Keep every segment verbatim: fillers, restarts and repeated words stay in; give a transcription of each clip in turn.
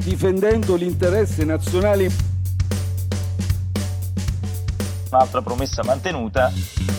difendendo l'interesse nazionale. Un'altra promessa mantenuta.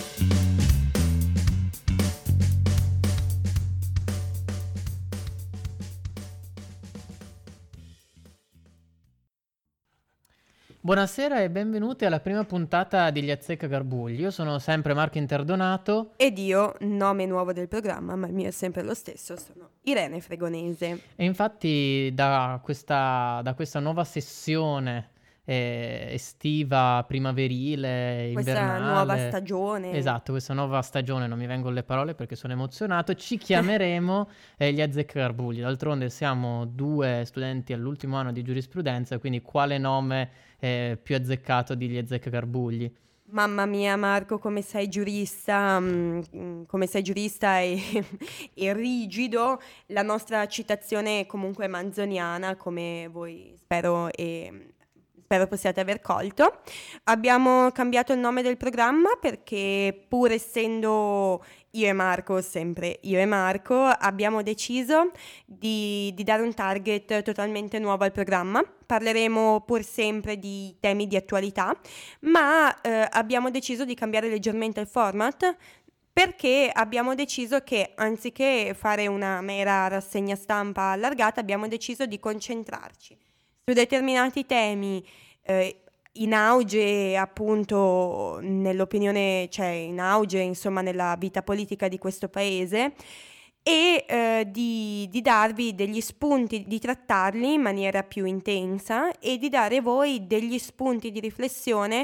Buonasera e benvenuti alla prima puntata degli Azzeccagarbugli. Io sono sempre Marco Interdonato. Ed io, nome nuovo del programma, ma il mio è sempre lo stesso, sono Irene Fregonese. E infatti da questa, da questa nuova sessione eh, estiva, primaverile, Questa invernale, nuova stagione. Esatto, questa nuova stagione, non mi vengono le parole perché sono emozionato, ci chiameremo eh, gli Azzeccagarbugli. D'altronde siamo due studenti all'ultimo anno di giurisprudenza, quindi quale nome eh, più azzeccato degli Azzeccagarbugli? Mamma mia Marco, come sei giurista, mh, come sei giurista e, e rigido, la nostra citazione è comunque manzoniana, come voi spero e... spero possiate aver colto. Abbiamo cambiato il nome del programma perché, pur essendo io e Marco, sempre io e Marco, abbiamo deciso di, di dare un target totalmente nuovo al programma. Parleremo pur sempre di temi di attualità, ma eh, abbiamo deciso di cambiare leggermente il format perché abbiamo deciso che, anziché fare una mera rassegna stampa allargata, abbiamo deciso di concentrarci su determinati temi eh, in auge appunto nell'opinione, cioè in auge insomma nella vita politica di questo paese e eh, di, di darvi degli spunti, di trattarli in maniera più intensa e di dare voi degli spunti di riflessione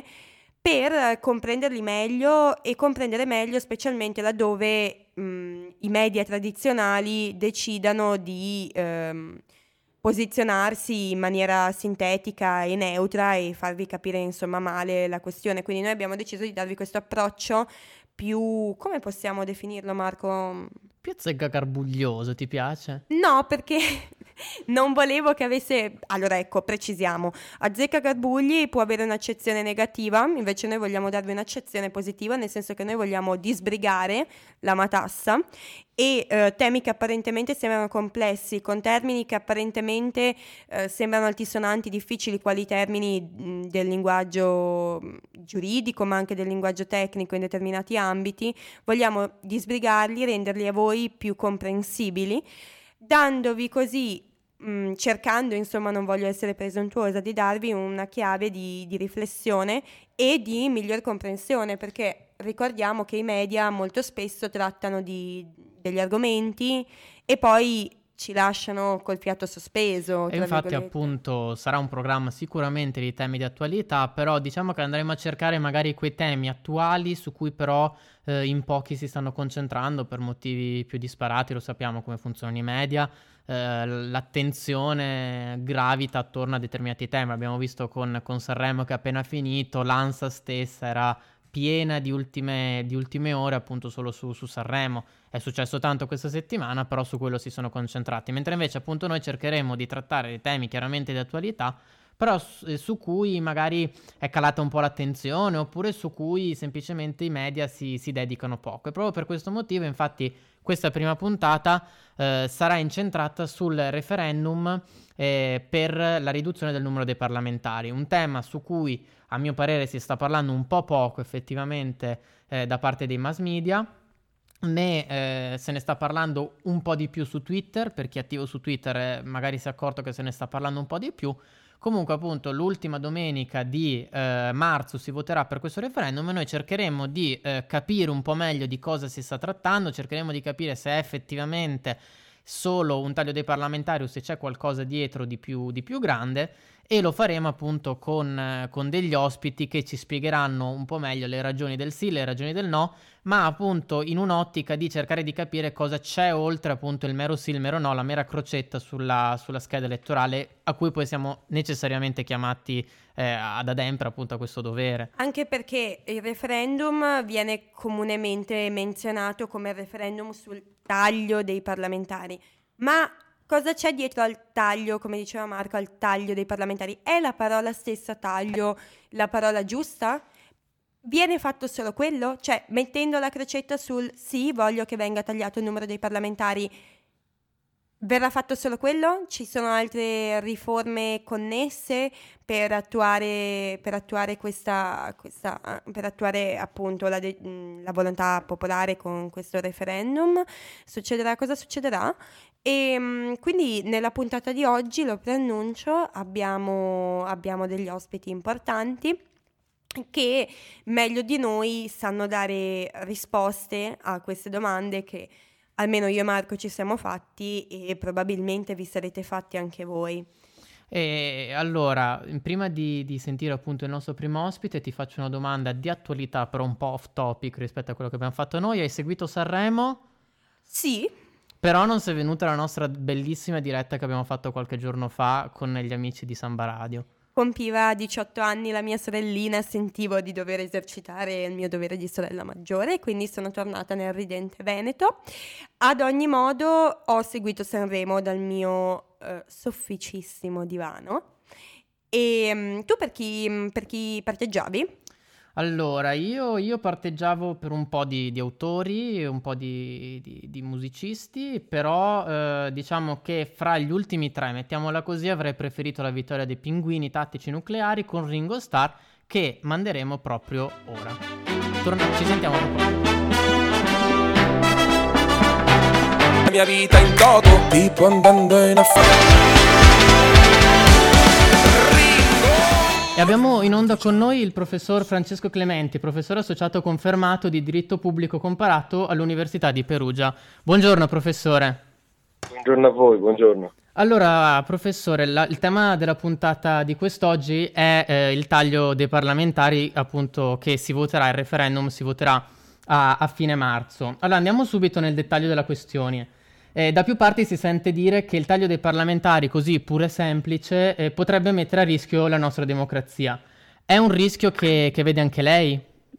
per comprenderli meglio e comprendere meglio specialmente laddove mh, i media tradizionali decidano di... Ehm, posizionarsi in maniera sintetica e neutra e farvi capire insomma male la questione. Quindi noi abbiamo deciso di darvi questo approccio più, come possiamo definirlo Marco? Più azzeccagarbuglioso, ti piace? No, perché non volevo che avesse... Allora ecco, precisiamo. Azzeccagarbugli può avere un'accezione negativa, invece noi vogliamo darvi un'accezione positiva, nel senso che noi vogliamo disbrigare la matassa e eh, temi che apparentemente sembrano complessi, con termini che apparentemente eh, sembrano altisonanti, difficili, quali i termini mh, del linguaggio giuridico, ma anche del linguaggio tecnico in determinati ambiti, vogliamo disbrigarli, renderli a voi più comprensibili, dandovi così, mh, cercando, insomma, non voglio essere presuntuosa, di darvi una chiave di, di riflessione e di miglior comprensione, perché ricordiamo che i media molto spesso trattano di, degli argomenti e poi ci lasciano col fiato sospeso. E infatti appunto sarà un programma sicuramente di temi di attualità, però diciamo che andremo a cercare magari quei temi attuali su cui però eh, in pochi si stanno concentrando per motivi più disparati. Lo sappiamo come funzionano i media, eh, l'attenzione gravita attorno a determinati temi. Abbiamo visto con, con Sanremo che è appena finito, l'ANSA stessa era piena di ultime, di ultime ore appunto solo su, su Sanremo. È successo tanto questa settimana, però su quello si sono concentrati, mentre invece appunto noi cercheremo di trattare dei temi chiaramente di attualità, però su, su cui magari è calata un po' l'attenzione, oppure su cui semplicemente i media si, si dedicano poco. E proprio per questo motivo infatti questa prima puntata eh, sarà incentrata sul referendum eh, per la riduzione del numero dei parlamentari, un tema su cui a mio parere si sta parlando un po' poco effettivamente eh, da parte dei mass media. Ne, eh, se ne sta parlando un po' di più su Twitter, per chi è attivo su Twitter eh, magari si è accorto che se ne sta parlando un po' di più. Comunque appunto l'ultima domenica di eh, marzo si voterà per questo referendum e noi cercheremo di eh, capire un po' meglio di cosa si sta trattando, cercheremo di capire se è effettivamente solo un taglio dei parlamentari o se c'è qualcosa dietro di più, di più grande, e lo faremo appunto con, eh, con degli ospiti che ci spiegheranno un po' meglio le ragioni del sì, le ragioni del no, ma appunto in un'ottica di cercare di capire cosa c'è oltre appunto il mero sì, il mero no, la mera crocetta sulla, sulla scheda elettorale a cui poi siamo necessariamente chiamati eh, ad adempiere appunto a questo dovere. Anche perché il referendum viene comunemente menzionato come il referendum sul taglio dei parlamentari, ma cosa c'è dietro al taglio, come diceva Marco, al taglio dei parlamentari? È la parola stessa taglio la parola giusta? Viene fatto solo quello? Cioè, mettendo la crocetta sul sì, voglio che venga tagliato il numero dei parlamentari, Verrà fatto solo quello? Ci sono altre riforme connesse per attuare, per attuare questa, questa, per attuare appunto la, de- la volontà popolare con questo referendum? Succederà? Cosa succederà? E mh, quindi nella puntata di oggi, lo preannuncio, abbiamo, abbiamo degli ospiti importanti che meglio di noi sanno dare risposte a queste domande che almeno io e Marco ci siamo fatti e probabilmente vi sarete fatti anche voi. E allora, prima di, di sentire appunto il nostro primo ospite, ti faccio una domanda di attualità, però un po' off topic rispetto a quello che abbiamo fatto noi. Hai seguito Sanremo? Sì, Però non sei venuta alla nostra bellissima diretta che abbiamo fatto qualche giorno fa con gli amici di Samba Radio. compiva diciotto anni la mia sorellina e sentivo di dover esercitare il mio dovere di sorella maggiore, quindi sono tornata nel ridente Veneto. Ad ogni modo ho seguito Sanremo dal mio eh, sofficissimo divano. E mm, tu per chi, per chi parteggiavi? Allora, io, io parteggiavo per un po' di, di autori, un po' di, di- di musicisti, però eh, diciamo che fra gli ultimi tre, mettiamola così, avrei preferito la vittoria dei Pinguini Tattici Nucleari con Ringo Starr, che manderemo proprio ora. Torna- ci sentiamo dopo. La mia vita in toto, tipo andando in affare. E abbiamo in onda con noi il professor Francesco Clementi, professore associato confermato di diritto pubblico comparato all'Università di Perugia. Buongiorno professore. Buongiorno a voi, buongiorno. Allora, professore, la- il tema della puntata di quest'oggi è eh, il taglio dei parlamentari, appunto, che si voterà, il referendum si voterà a, a fine marzo. Allora, andiamo subito nel dettaglio della questione. Eh, da più parti si sente dire che il taglio dei parlamentari, così pure semplice, eh, potrebbe mettere a rischio la nostra democrazia. È un rischio che, che vede anche lei?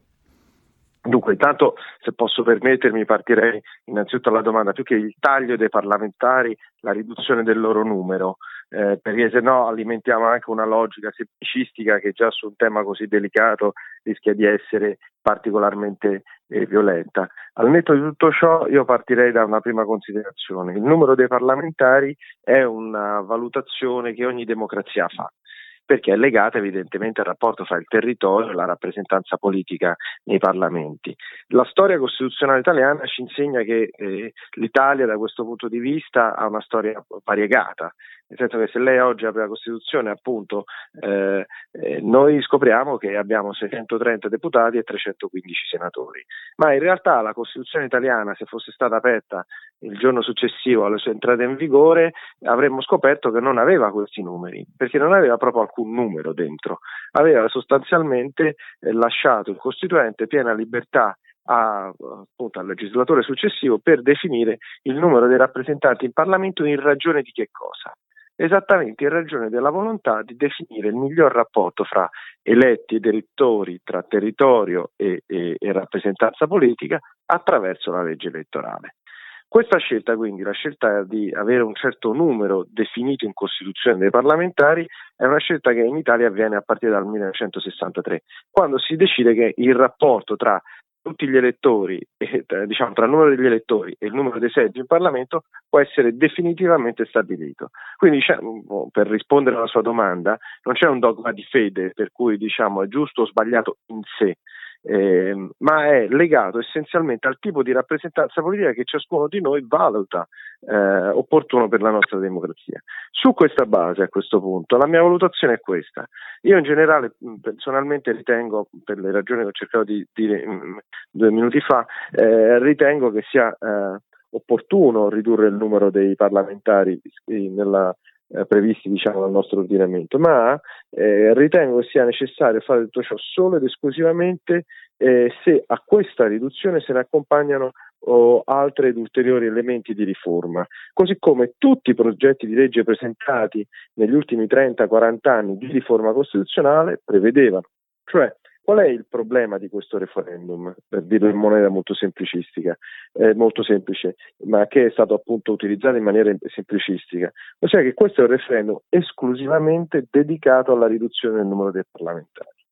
Dunque, intanto, se posso permettermi, partirei innanzitutto dalla domanda, più che il taglio dei parlamentari, la riduzione del loro numero, eh, perché se no alimentiamo anche una logica semplicistica che già su un tema così delicato rischia di essere particolarmente eh, violenta. Al netto di tutto ciò, io partirei da una prima considerazione. Il numero dei parlamentari è una valutazione che ogni democrazia fa, perché è legata evidentemente al rapporto fra il territorio e la rappresentanza politica nei parlamenti. La storia costituzionale italiana ci insegna che eh, l'Italia da questo punto di vista ha una storia variegata, nel senso che se lei oggi apre la Costituzione, appunto, eh, eh, noi scopriamo che abbiamo seicentotrenta deputati e trecentoquindici senatori, ma in realtà la Costituzione italiana, se fosse stata aperta il giorno successivo alla sua entrata in vigore, avremmo scoperto che non aveva questi numeri, perché non aveva proprio alcun numero dentro, aveva sostanzialmente eh, lasciato il Costituente piena libertà a, appunto, al legislatore successivo per definire il numero dei rappresentanti in Parlamento in ragione di che cosa? Esattamente in ragione della volontà di definire il miglior rapporto fra eletti ed elettori, tra territorio e, e, e rappresentanza politica attraverso la legge elettorale. Questa scelta, quindi, la scelta di avere un certo numero definito in Costituzione dei parlamentari, è una scelta che in Italia avviene a partire dal millenovecentosessantatré, quando si decide che il rapporto tra tutti gli elettori, eh, diciamo tra il numero degli elettori e il numero dei seggi in Parlamento può essere definitivamente stabilito. Quindi, per rispondere alla sua domanda, non c'è un dogma di fede per cui, diciamo, è giusto o sbagliato in sé, eh, ma è legato essenzialmente al tipo di rappresentanza politica che ciascuno di noi valuta eh, opportuno per la nostra democrazia. Su questa base, a questo punto, la mia valutazione è questa. Io in generale personalmente ritengo, per le ragioni che ho cercato di dire mh, due minuti fa, eh, ritengo che sia eh, opportuno ridurre il numero dei parlamentari nella Eh, previsti, diciamo, dal nostro ordinamento, ma eh, ritengo che sia necessario fare tutto ciò solo ed esclusivamente eh, se a questa riduzione se ne accompagnano o altri ed ulteriori elementi di riforma, così come tutti i progetti di legge presentati negli ultimi trenta quaranta anni di riforma costituzionale prevedevano. Cioè, qual è il problema di questo referendum? Per dirlo in moneta molto semplicistica, eh, molto semplice, ma che è stato appunto utilizzato in maniera semplicistica. Ossia che questo è un referendum esclusivamente dedicato alla riduzione del numero dei parlamentari.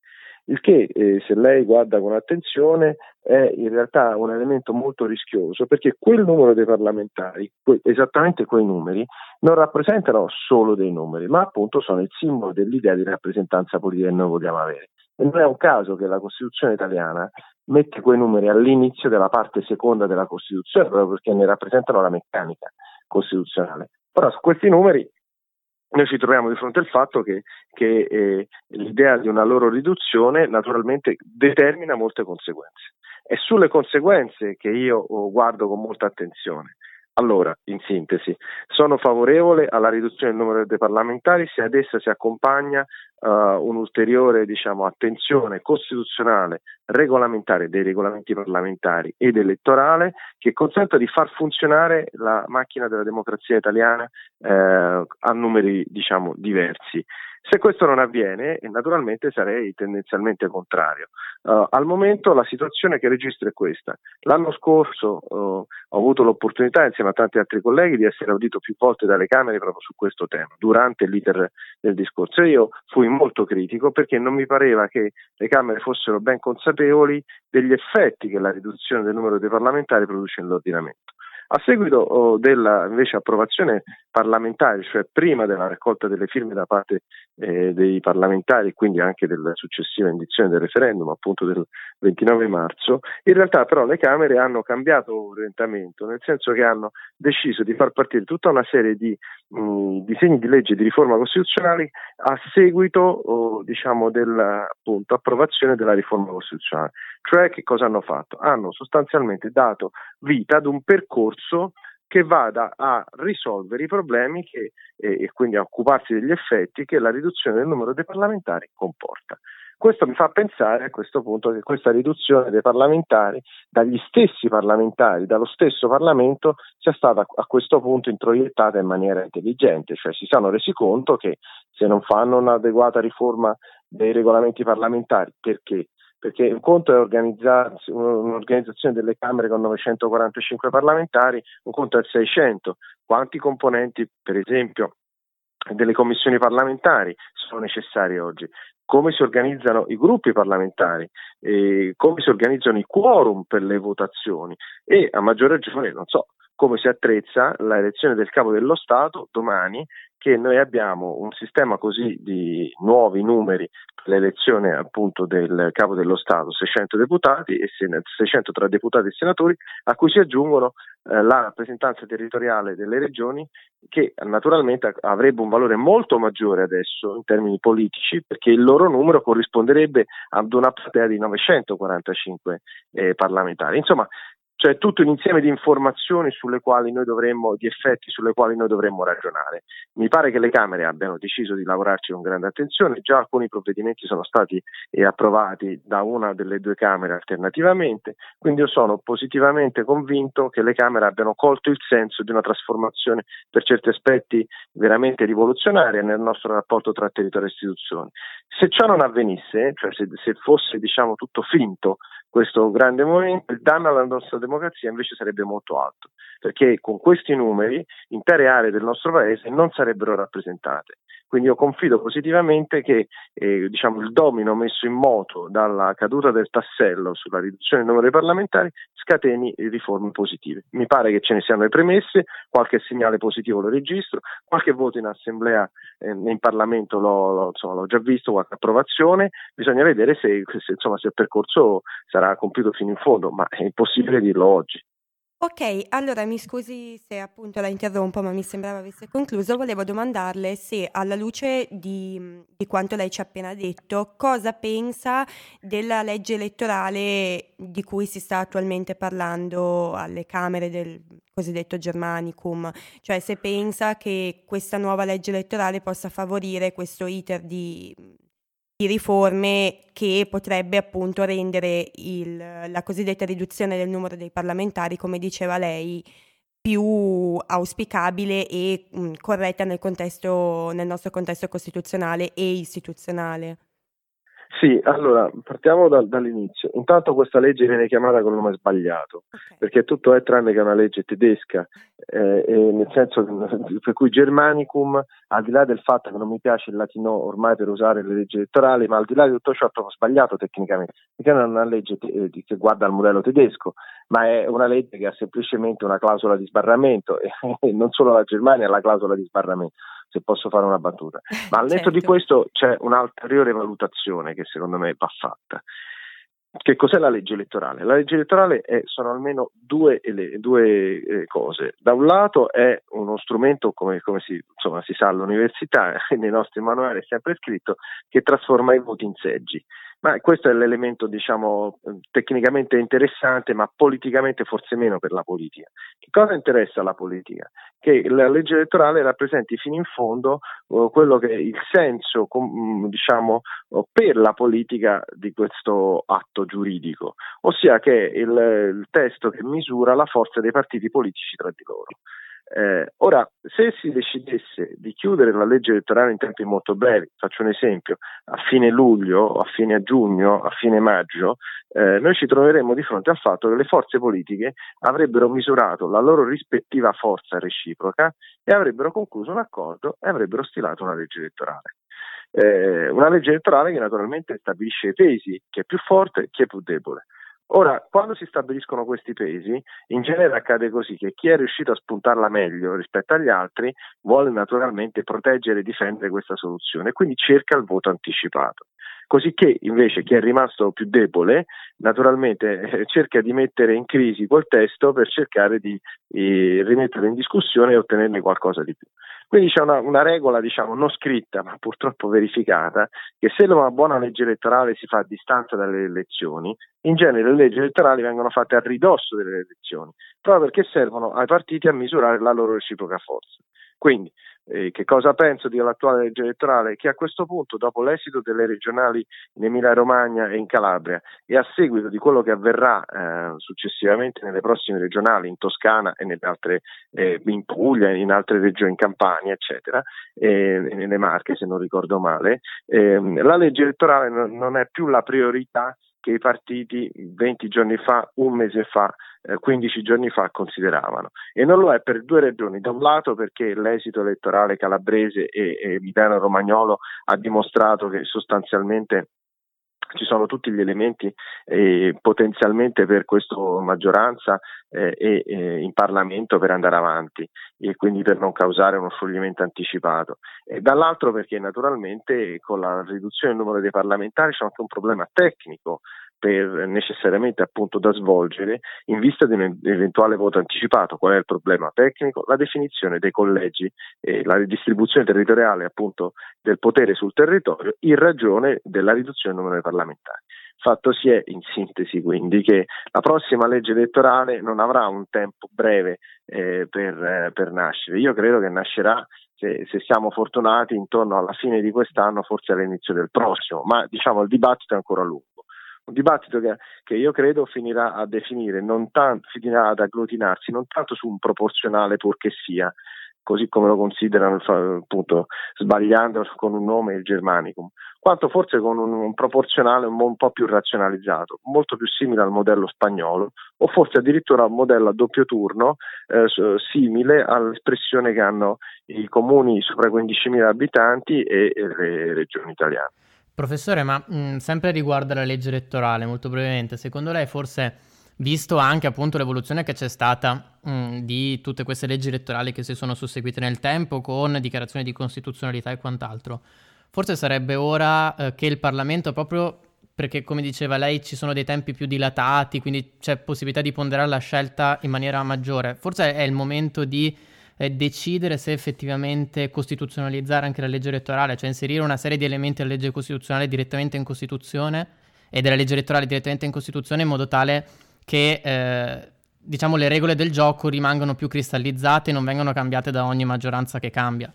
il che eh, se lei guarda con attenzione è in realtà un elemento molto rischioso, perché quel numero dei parlamentari, que- esattamente quei numeri, non rappresentano solo dei numeri, ma appunto sono il simbolo dell'idea di rappresentanza politica che noi vogliamo avere. E non è un caso che la Costituzione italiana mette quei numeri all'inizio della parte seconda della Costituzione, proprio perché ne rappresentano la meccanica costituzionale. Però su questi numeri noi ci troviamo di fronte al fatto che, che eh, l'idea di una loro riduzione naturalmente determina molte conseguenze. È sulle conseguenze che io guardo con molta attenzione. Allora, in sintesi, sono favorevole alla riduzione del numero dei parlamentari se ad essa si accompagna uh, un'ulteriore, diciamo, attenzione costituzionale, regolamentare dei regolamenti parlamentari ed elettorale che consenta di far funzionare la macchina della democrazia italiana eh, a numeri, diciamo, diversi. Se questo non avviene, naturalmente sarei tendenzialmente contrario. Uh, al momento la situazione che registro è questa. L'anno scorso uh, ho avuto l'opportunità, insieme a tanti altri colleghi, di essere audito più volte dalle Camere proprio su questo tema, durante l'iter del discorso. E io fui molto critico perché non mi pareva che le Camere fossero ben consapevoli degli effetti che la riduzione del numero dei parlamentari produce nell'ordinamento. A seguito oh, della invece approvazione parlamentare, cioè prima della raccolta delle firme da parte eh, dei parlamentari e quindi anche della successiva indizione del referendum, appunto del ventinove marzo, in realtà però le Camere hanno cambiato orientamento, nel senso che hanno deciso di far partire tutta una serie di mh, disegni di legge di riforma costituzionali a seguito oh, diciamo della appunto approvazione della riforma costituzionale. Cioè che cosa hanno fatto? Hanno sostanzialmente dato vita ad un percorso che vada a risolvere i problemi che, eh, e quindi a occuparsi degli effetti che la riduzione del numero dei parlamentari comporta. Questo mi fa pensare a questo punto che questa riduzione dei parlamentari dagli stessi parlamentari, dallo stesso Parlamento, sia stata a questo punto introiettata in maniera intelligente, cioè si sono resi conto che se non fanno un'adeguata riforma dei regolamenti parlamentari, perché? Perché un conto è organizzarsi, un'organizzazione delle Camere con novecentoquarantacinque parlamentari, un conto è seicento. Quanti componenti, per esempio, delle commissioni parlamentari sono necessari oggi? Come si organizzano i gruppi parlamentari? Eh, come si organizzano i quorum per le votazioni? E a maggior ragione, non so, come si attrezza l'elezione del capo dello Stato domani, che noi abbiamo un sistema così di nuovi numeri per l'elezione appunto del capo dello Stato, seicento deputati e seicento tra deputati e senatori, a cui si aggiungono eh, la rappresentanza territoriale delle regioni, che naturalmente avrebbe un valore molto maggiore adesso in termini politici, perché il loro numero corrisponderebbe ad una platea di novecentoquarantacinque eh, parlamentari. Insomma, cioè tutto un insieme di informazioni sulle quali noi dovremmo, di effetti sulle quali noi dovremmo ragionare. Mi pare che le Camere abbiano deciso di lavorarci con grande attenzione, già alcuni provvedimenti sono stati eh, approvati da una delle due Camere alternativamente, quindi io sono positivamente convinto che le Camere abbiano colto il senso di una trasformazione per certi aspetti veramente rivoluzionaria nel nostro rapporto tra territorio e istituzioni. Se ciò non avvenisse, cioè se, se fosse diciamo tutto finto questo grande momento, il danno alla nostra democrazia invece sarebbe molto alto, perché con questi numeri intere aree del nostro paese non sarebbero rappresentate. Quindi io confido positivamente che eh, diciamo, il domino messo in moto dalla caduta del tassello sulla riduzione del numero dei parlamentari scateni riforme positive. Mi pare che ce ne siano le premesse, qualche segnale positivo lo registro, qualche voto in assemblea, eh, in Parlamento l'ho, l'ho, insomma, l'ho già visto, qualche approvazione, bisogna vedere se, se, insomma, se il percorso sarà compiuto fino in fondo, ma è impossibile dirlo oggi. Ok, allora mi scusi se appunto la interrompo, ma mi sembrava avesse concluso. Volevo domandarle se, alla luce di, di quanto lei ci ha appena detto, cosa pensa della legge elettorale di cui si sta attualmente parlando alle Camere del cosiddetto Germanicum, cioè se pensa che questa nuova legge elettorale possa favorire questo iter di, di riforme che potrebbe appunto rendere il, la cosiddetta riduzione del numero dei parlamentari, come diceva lei, più auspicabile e mh, corretta nel contesto, nel nostro contesto costituzionale e istituzionale. Sì, allora partiamo da, dall'inizio. Intanto questa legge viene chiamata col nome sbagliato, Ok. perché tutto è tranne che una legge tedesca, eh, e nel senso che, per cui Germanicum, al di là del fatto che non mi piace il latino ormai per usare le leggi elettorali, ma al di là di tutto ciò è proprio sbagliato tecnicamente, perché non è una legge te- che guarda al modello tedesco, ma è una legge che ha semplicemente una clausola di sbarramento e, e non solo la Germania ha la clausola di sbarramento, se posso fare una battuta. Ma al netto Certo. di questo c'è un'ulteriore valutazione che secondo me va fatta. Che cos'è la legge elettorale? La legge elettorale è, sono almeno due, ele- due eh, cose. Da un lato è uno strumento, come, come si, insomma, si sa all'università, nei nostri manuali è sempre scritto, che trasforma i voti in seggi. Ma questo è l'elemento, diciamo, tecnicamente interessante, ma politicamente forse meno per la politica. Che cosa interessa alla politica? Che la legge elettorale rappresenti fino in fondo uh, quello che è il senso, com, diciamo, uh, per la politica di questo atto giuridico, ossia che è il, il testo che misura la forza dei partiti politici tra di loro. Eh, ora, se si decidesse di chiudere la legge elettorale in tempi molto brevi, faccio un esempio, a fine luglio, a fine giugno, a fine maggio, eh, noi ci troveremmo di fronte al fatto che le forze politiche avrebbero misurato la loro rispettiva forza reciproca e avrebbero concluso un accordo e avrebbero stilato una legge elettorale. Eh, una legge elettorale che naturalmente stabilisce i pesi, chi è più forte, chi è più debole. Ora, quando si stabiliscono questi pesi, in genere accade così, che chi è riuscito a spuntarla meglio rispetto agli altri vuole naturalmente proteggere e difendere questa soluzione, quindi cerca il voto anticipato. Cosicché invece chi è rimasto più debole naturalmente eh, cerca di mettere in crisi quel testo per cercare di eh, rimetterlo in discussione e ottenerne qualcosa di più. Quindi c'è una, una regola, diciamo, non scritta ma purtroppo verificata, che se una buona legge elettorale si fa a distanza dalle elezioni, in genere le leggi elettorali vengono fatte a ridosso delle elezioni, proprio perché servono ai partiti a misurare la loro reciproca forza. Quindi, eh, che cosa penso dell'attuale legge elettorale? Che a questo punto, dopo l'esito delle regionali in Emilia-Romagna e in Calabria e a seguito di quello che avverrà eh, successivamente nelle prossime regionali in Toscana e nelle altre, eh, in Puglia, in altre regioni, in Campania, eccetera, e nelle Marche, se non ricordo male, eh, la legge elettorale non, non è più la priorità che i partiti venti giorni fa, un mese fa, eh, quindici giorni fa consideravano. E non lo è per due ragioni. Da un lato perché l'esito elettorale calabrese e, e emiliano-romagnolo ha dimostrato che sostanzialmente ci sono tutti gli elementi eh, potenzialmente per questa maggioranza eh, e eh, in Parlamento per andare avanti e quindi per non causare uno scioglimento anticipato. E dall'altro perché naturalmente con la riduzione del numero dei parlamentari c'è anche un problema tecnico per necessariamente appunto da svolgere in vista di un eventuale voto anticipato. Qual è il problema tecnico? La definizione dei collegi e la ridistribuzione territoriale appunto del potere sul territorio in ragione della riduzione del numero dei parlamentari. Fatto si è in sintesi quindi che la prossima legge elettorale non avrà un tempo breve eh, per, eh, per nascere. Io credo che nascerà, se, se siamo fortunati, intorno alla fine di quest'anno, forse all'inizio del prossimo, ma diciamo il dibattito è ancora lungo. Un dibattito che, che io credo finirà a definire, non tanto, finirà ad agglutinarsi, non tanto su un proporzionale purché sia, così come lo considerano appunto sbagliando con un nome il Germanicum, quanto forse con un, un proporzionale un, un po' più razionalizzato, molto più simile al modello spagnolo, o forse addirittura un modello a doppio turno eh, simile all'espressione che hanno i comuni sopra i quindicimila abitanti e, e le regioni italiane. Professore, ma mh, sempre riguardo alla legge elettorale, molto brevemente, secondo lei forse, visto anche appunto l'evoluzione che c'è stata mh, di tutte queste leggi elettorali che si sono susseguite nel tempo con dichiarazioni di costituzionalità e quant'altro, forse sarebbe ora eh, che il Parlamento, proprio perché come diceva lei ci sono dei tempi più dilatati, quindi c'è possibilità di ponderare la scelta in maniera maggiore, forse è il momento di eh, decidere se effettivamente costituzionalizzare anche la legge elettorale, cioè inserire una serie di elementi della legge costituzionale direttamente in Costituzione e della legge elettorale direttamente in Costituzione, in modo tale che eh, diciamo le regole del gioco rimangano più cristallizzate e non vengono cambiate da ogni maggioranza che cambia.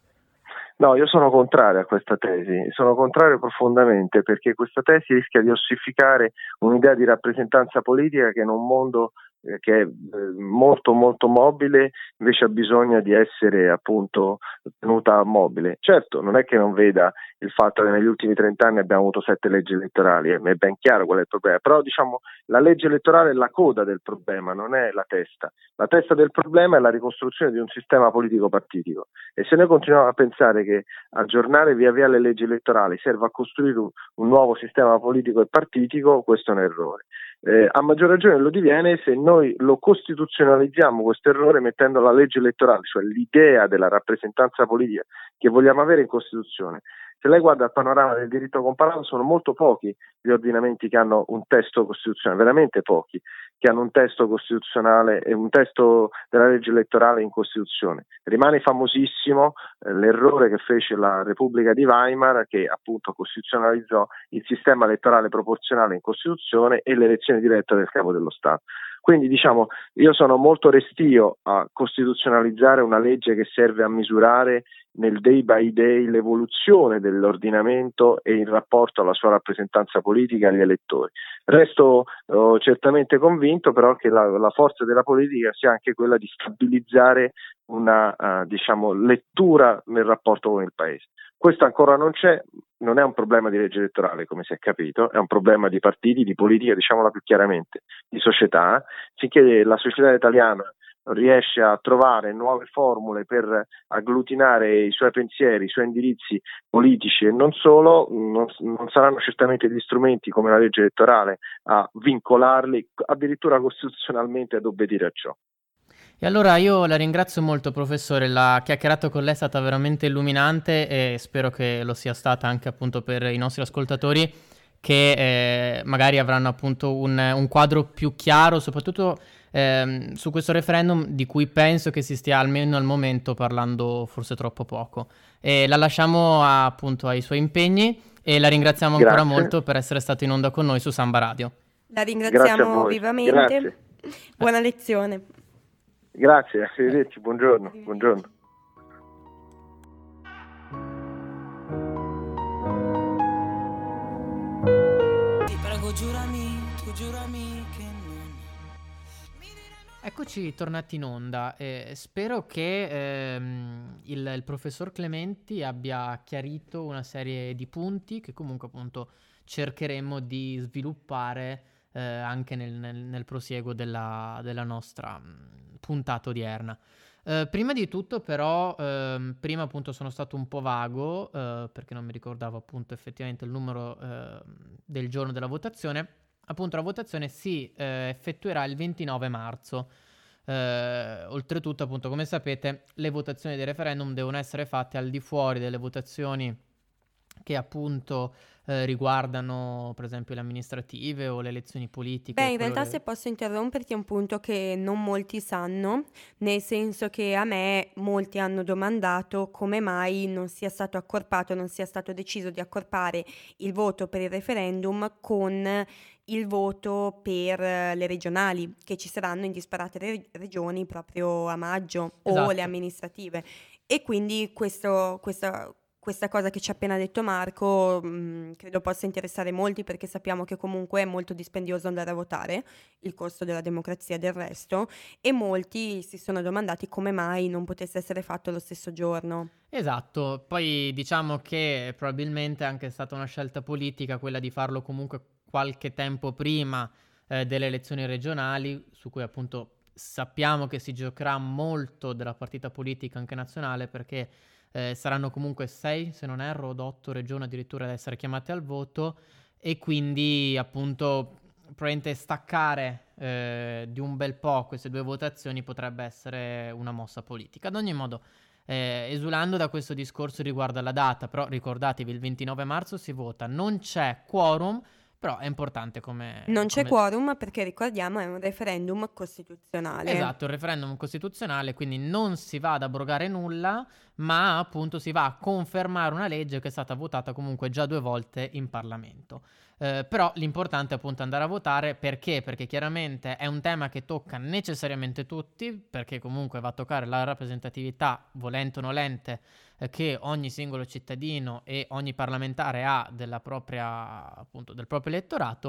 No, io sono contrario a questa tesi, sono contrario profondamente perché questa tesi rischia di ossificare un'idea di rappresentanza politica che in un mondo eh, che è eh, molto molto mobile, invece ha bisogno di essere appunto tenuta mobile. Certo, non è che non veda il fatto che negli ultimi trent'anni abbiamo avuto sette leggi elettorali, eh, è ben chiaro qual è il problema, però diciamo la legge elettorale è la coda del problema, non è la testa. La testa del problema è la ricostruzione di un sistema politico partitico, e se noi continuiamo a pensare che aggiornare via via le leggi elettorali serva a costruire un, un nuovo sistema politico e partitico, questo è un errore. Eh, a maggior ragione lo diviene se noi lo costituzionalizziamo questo errore mettendo la legge elettorale, cioè l'idea della rappresentanza politica che vogliamo avere in Costituzione. Se lei guarda il panorama del diritto comparato, sono molto pochi gli ordinamenti che hanno un testo costituzionale, veramente pochi, che hanno un testo costituzionale e un testo della legge elettorale in Costituzione. Rimane famosissimo eh, l'errore che fece la Repubblica di Weimar, che appunto costituzionalizzò il sistema elettorale proporzionale in Costituzione e l'elezione diretta del capo dello Stato. Quindi diciamo, io sono molto restio a costituzionalizzare una legge che serve a misurare nel day by day l'evoluzione dell'ordinamento e il rapporto alla sua rappresentanza politica agli elettori. Resto oh, certamente convinto però che la, la forza della politica sia anche quella di stabilizzare una uh, diciamo lettura nel rapporto con il Paese. Questo ancora non c'è, non è un problema di legge elettorale, come si è capito, è un problema di partiti, di politica, diciamola più chiaramente, di società. Finché la società italiana riesce a trovare nuove formule per agglutinare i suoi pensieri, i suoi indirizzi politici e non solo, non, non saranno certamente gli strumenti come la legge elettorale a vincolarli, addirittura costituzionalmente ad obbedire a ciò. E allora io la ringrazio molto, professore, la chiacchierata con lei è stata veramente illuminante e spero che lo sia stata anche appunto per i nostri ascoltatori che eh, magari avranno appunto un, un quadro più chiaro, soprattutto ehm, su questo referendum di cui penso che si stia almeno al momento parlando forse troppo poco. E la lasciamo a, appunto ai suoi impegni e la ringraziamo ancora Grazie. molto per essere stato in onda con noi su Samba Radio. La ringraziamo vivamente. Grazie. Buona lezione. Grazie, arrivederci, buongiorno. buongiorno. Ti prego, giurami, tu giurami che non... Eccoci tornati in onda e spero che ehm, il, il professor Clementi abbia chiarito una serie di punti che comunque appunto cercheremo di sviluppare eh, anche nel, nel, nel prosieguo della, della nostra mh, puntata odierna. Eh, prima di tutto però, ehm, prima appunto sono stato un po' vago eh, perché non mi ricordavo appunto effettivamente il numero eh, del giorno della votazione. Appunto la votazione si eh, effettuerà il ventinove marzo. Eh, oltretutto appunto come sapete le votazioni dei referendum devono essere fatte al di fuori delle votazioni che appunto eh, riguardano per esempio le amministrative o le elezioni politiche. Beh, in realtà quello- se posso interromperti è un punto che non molti sanno, nel senso che a me molti hanno domandato come mai non sia stato accorpato, non sia stato deciso di accorpare il voto per il referendum con il voto per eh, le regionali, che ci saranno in disparate re- regioni proprio a maggio, o Esatto. le amministrative. E quindi questo, questa, questa cosa che ci ha appena detto Marco mh, credo possa interessare molti, perché sappiamo che comunque è molto dispendioso andare a votare, il costo della democrazia del resto, e molti si sono domandati come mai non potesse essere fatto lo stesso giorno. Esatto, poi diciamo che probabilmente è anche stata una scelta politica quella di farlo comunque qualche tempo prima eh, delle elezioni regionali, su cui appunto sappiamo che si giocherà molto della partita politica anche nazionale, perché eh, saranno comunque sei, se non erro, od otto regioni addirittura ad essere chiamate al voto, e quindi appunto probabilmente staccare eh, di un bel po' queste due votazioni potrebbe essere una mossa politica. Ad ogni modo, eh, esulando da questo discorso riguardo alla data, però ricordatevi il ventinove marzo si vota, non c'è quorum, però è importante come... Non c'è come- quorum perché, ricordiamo, è un referendum costituzionale. Esatto, il referendum costituzionale, quindi non si va ad abrogare nulla, ma appunto si va a confermare una legge che è stata votata comunque già due volte in Parlamento. Eh, però l'importante è appunto andare a votare. Perché? Perché chiaramente è un tema che tocca necessariamente tutti, perché comunque va a toccare la rappresentatività, volente o nolente, eh, che ogni singolo cittadino e ogni parlamentare ha della propria, appunto, del proprio elettorato.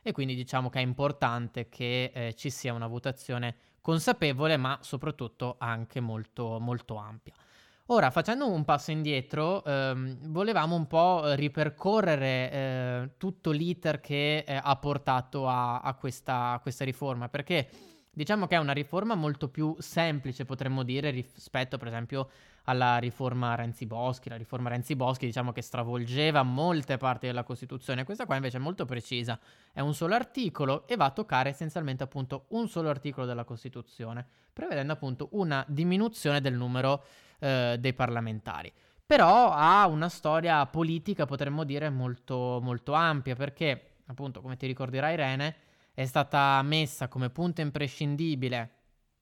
e quindi diciamo che è importante che eh, ci sia una votazione consapevole, ma soprattutto anche molto, molto ampia. Ora, facendo un passo indietro, ehm, volevamo un po' ripercorrere eh, tutto l'iter che eh, ha portato a, a, questa, a questa riforma, perché diciamo che è una riforma molto più semplice, potremmo dire, rispetto per esempio alla riforma Renzi-Boschi. La riforma Renzi-Boschi diciamo che stravolgeva molte parti della Costituzione, questa qua invece è molto precisa, è un solo articolo e va a toccare essenzialmente appunto un solo articolo della Costituzione, prevedendo appunto una diminuzione del numero eh, dei parlamentari. Però ha una storia politica, potremmo dire, molto, molto ampia, perché appunto, come ti ricorderai Irene, è stata messa come punto imprescindibile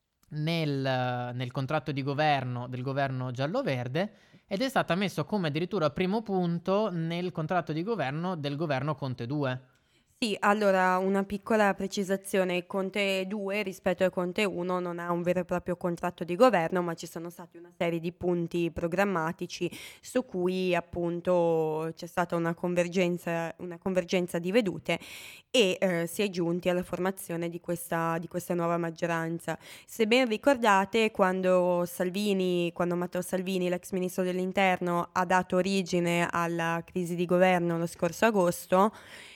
nel, nel contratto di governo del governo giallo-verde ed è stata messo come addirittura primo punto nel contratto di governo del governo Conte due. Sì, allora una piccola precisazione: Conte due rispetto al Conte uno non ha un vero e proprio contratto di governo, ma ci sono stati una serie di punti programmatici su cui appunto c'è stata una convergenza, una convergenza di vedute e eh, si è giunti alla formazione di questa, di questa nuova maggioranza. Se ben ricordate, quando Salvini, quando Matteo Salvini, l'ex ministro dell'Interno, ha dato origine alla crisi di governo lo scorso agosto,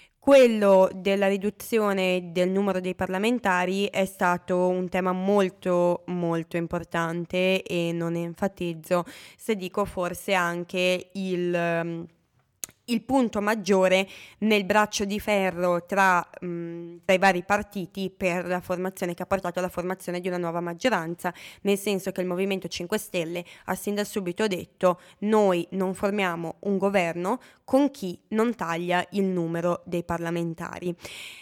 quello della riduzione del numero dei parlamentari è stato un tema molto molto importante e non enfatizzo se dico forse anche il, il punto maggiore nel braccio di ferro tra, mh, tra i vari partiti per la formazione, che ha portato alla formazione di una nuova maggioranza, nel senso che il Movimento cinque Stelle ha sin da subito detto: noi non formiamo un governo con chi non taglia il numero dei parlamentari,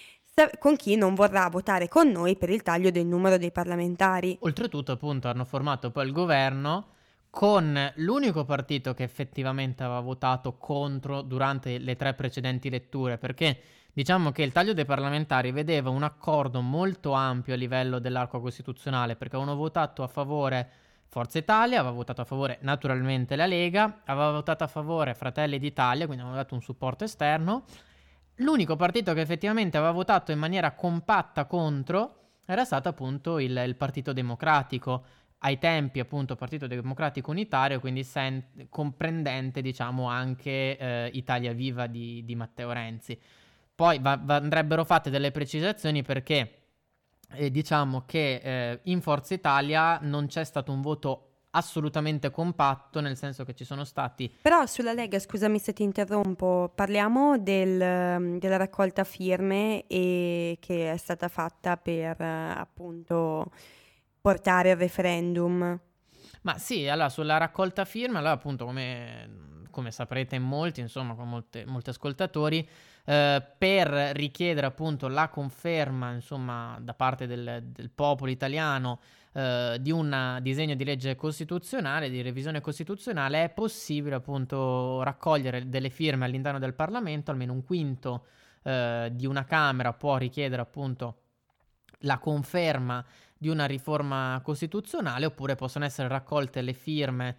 con chi non vorrà votare con noi per il taglio del numero dei parlamentari. Oltretutto appunto hanno formato poi il governo con l'unico partito che effettivamente aveva votato contro durante le tre precedenti letture, perché diciamo che il taglio dei parlamentari vedeva un accordo molto ampio a livello dell'arco costituzionale, perché avevano votato a favore Forza Italia, aveva votato a favore naturalmente la Lega, aveva votato a favore Fratelli d'Italia, quindi aveva dato un supporto esterno. L'unico partito che effettivamente aveva votato in maniera compatta contro era stato appunto il, il Partito Democratico, ai tempi appunto Partito Democratico Unitario, quindi sen- comprendente diciamo anche eh, Italia Viva di, di Matteo Renzi. Poi va- va- andrebbero fatte delle precisazioni, perché eh, diciamo che eh, in Forza Italia non c'è stato un voto assolutamente compatto, nel senso che ci sono stati... Però sulla Lega, scusami se ti interrompo, parliamo del, della raccolta firme e che è stata fatta per eh, appunto portare il referendum. Ma sì, allora sulla raccolta firme, allora appunto come, come saprete in molti, insomma con molte, molti ascoltatori, eh, per richiedere appunto la conferma insomma da parte del, del popolo italiano eh, di un disegno di legge costituzionale, di revisione costituzionale, è possibile appunto raccogliere delle firme all'interno del Parlamento, almeno un quinto eh, di una Camera può richiedere appunto la conferma di una riforma costituzionale, oppure possono essere raccolte le firme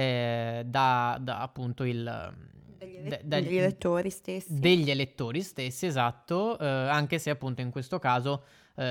eh, da, da appunto il Degli, ele- de- dagli- degli elettori stessi. degli elettori stessi, esatto, eh, anche se appunto in questo caso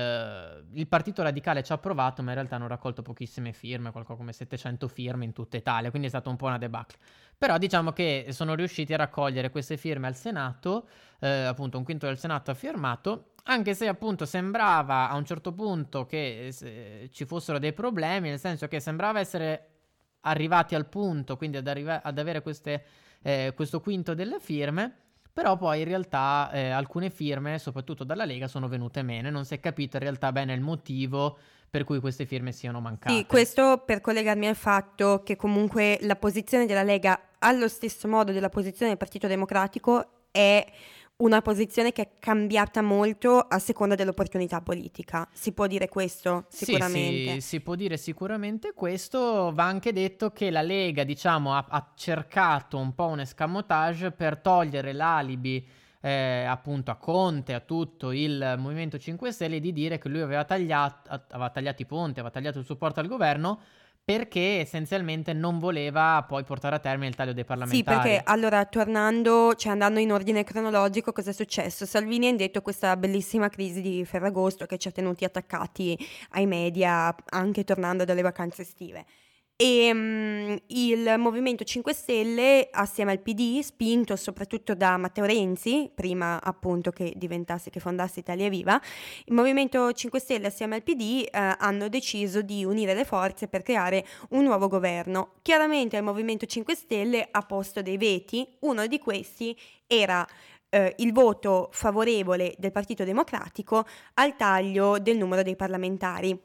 eh, il Partito Radicale ci ha provato, ma in realtà hanno raccolto pochissime firme, qualcosa come settecento firme in tutta Italia, quindi è stata un po' una debacle. Però diciamo che sono riusciti a raccogliere queste firme al Senato, eh, appunto un quinto del Senato ha firmato, anche se appunto sembrava a un certo punto che eh, ci fossero dei problemi, nel senso che sembrava essere arrivati al punto, quindi ad, arriva- ad avere queste, eh, questo quinto delle firme, però poi in realtà eh, alcune firme, soprattutto dalla Lega, sono venute meno e non si è capito in realtà bene il motivo per cui queste firme siano mancate. Sì, questo per collegarmi al fatto che comunque la posizione della Lega, allo stesso modo della posizione del Partito Democratico, è una posizione che è cambiata molto a seconda dell'opportunità politica. Si può dire questo sicuramente. Sì, sì, si può dire sicuramente questo. Va anche detto che la Lega, diciamo, ha, ha cercato un po' un escamotage per togliere l'alibi eh, appunto a Conte, a tutto il Movimento cinque Stelle, di dire che lui aveva tagliato, aveva tagliato i ponti, aveva tagliato il supporto al governo perché essenzialmente non voleva poi portare a termine il taglio dei Sì, parlamentari. perché allora tornando, cioè andando in ordine cronologico, cosa è successo? Salvini ha indetto questa bellissima crisi di Ferragosto che ci ha tenuti attaccati ai media anche tornando dalle vacanze estive. E mm, il Movimento cinque Stelle assieme al P D, spinto soprattutto da Matteo Renzi, prima appunto che diventasse, che fondasse Italia Viva, il Movimento cinque Stelle assieme al P D eh, hanno deciso di unire le forze per creare un nuovo governo. Chiaramente il Movimento cinque Stelle ha posto dei veti, uno di questi era eh, il voto favorevole del Partito Democratico al taglio del numero dei parlamentari.